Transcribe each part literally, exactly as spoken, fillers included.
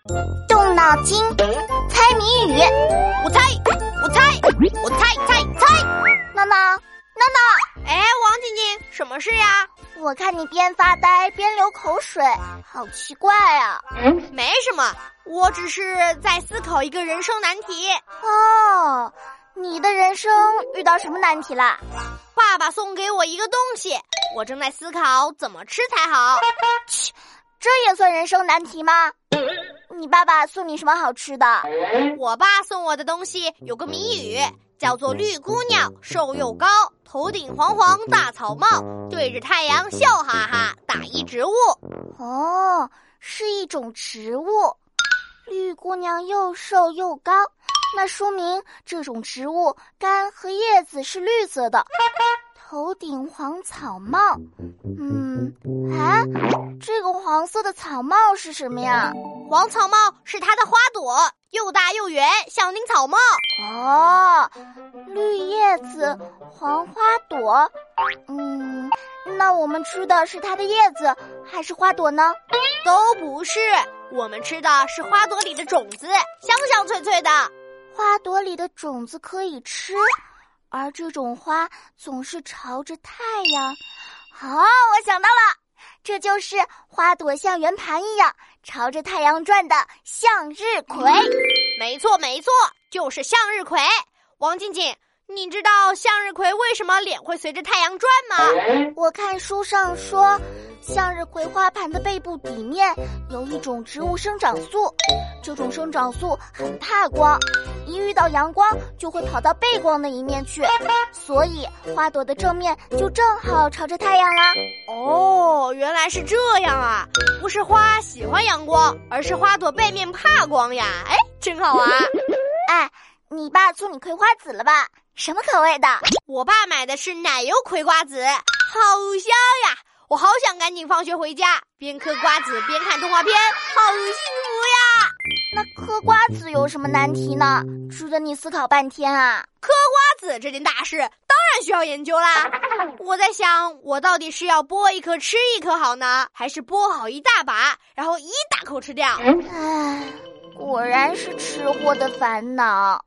动脑筋，猜谜语。 我猜，我猜，我猜猜猜。 闹闹，闹闹， 哎，王静静，什么事呀？ 我看你边发呆边流口水，好奇怪啊。 没什么，我只是在思考一个人生难题。 哦，你的人生遇到什么难题啦？ 爸爸送给我一个东西，我正在思考怎么吃才好。 切，这也算人生难题吗？你爸爸送你什么好吃的？ 我爸送我的东西有个谜语，叫做绿姑娘，瘦又高，头顶黄黄大草帽，对着太阳笑哈哈，打一植物。 哦，是一种植物。绿姑娘又瘦又高，那说明这种植物干和叶子是绿色的。头顶黄草帽，嗯，啊，这个黄色的草帽是什么呀？ 黄草帽是它的花朵，又大又圆，像顶草帽。 哦，绿叶子，黄花朵，嗯，那我们吃的是它的叶子还是花朵呢？ 都不是，我们吃的是花朵里的种子，香香脆脆的。 花朵里的种子可以吃，而这种花总是朝着太阳。好，我想到了，这就是花朵像圆盘一样朝着太阳转的向日葵。 没错没错，就是向日葵。王静静，你知道向日葵为什么脸会随着太阳转吗？ 我看书上说，向日葵花盘的背部底面有一种植物生长素，这种生长素很怕光，一遇到阳光就会跑到背光的一面去，所以花朵的正面就正好朝着太阳啦。 哦，原来是这样啊，不是花喜欢阳光，而是花朵背面怕光呀。哎，真好啊。 哎，你爸送你葵花籽了吧？什么口味的？ 我爸买的是奶油葵瓜子，好香呀！我好想赶紧放学回家，边嗑瓜子边看动画片，好幸福呀！ 那嗑瓜子有什么难题呢？值得你思考半天啊！ 嗑瓜子这件大事当然需要研究啦。我在想，我到底是要剥一颗吃一颗好呢，还是剥好一大把，然后一大口吃掉？ 唉，果然是吃货的烦恼。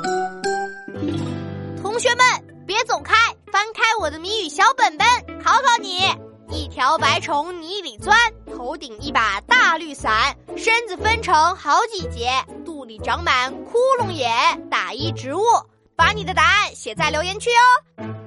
同学们，别走开，翻开我的谜语小本本，考考你。一条白虫泥里钻，头顶一把大绿伞，身子分成好几节，肚里长满窟窿眼，打一植物。把你的答案写在留言区哦。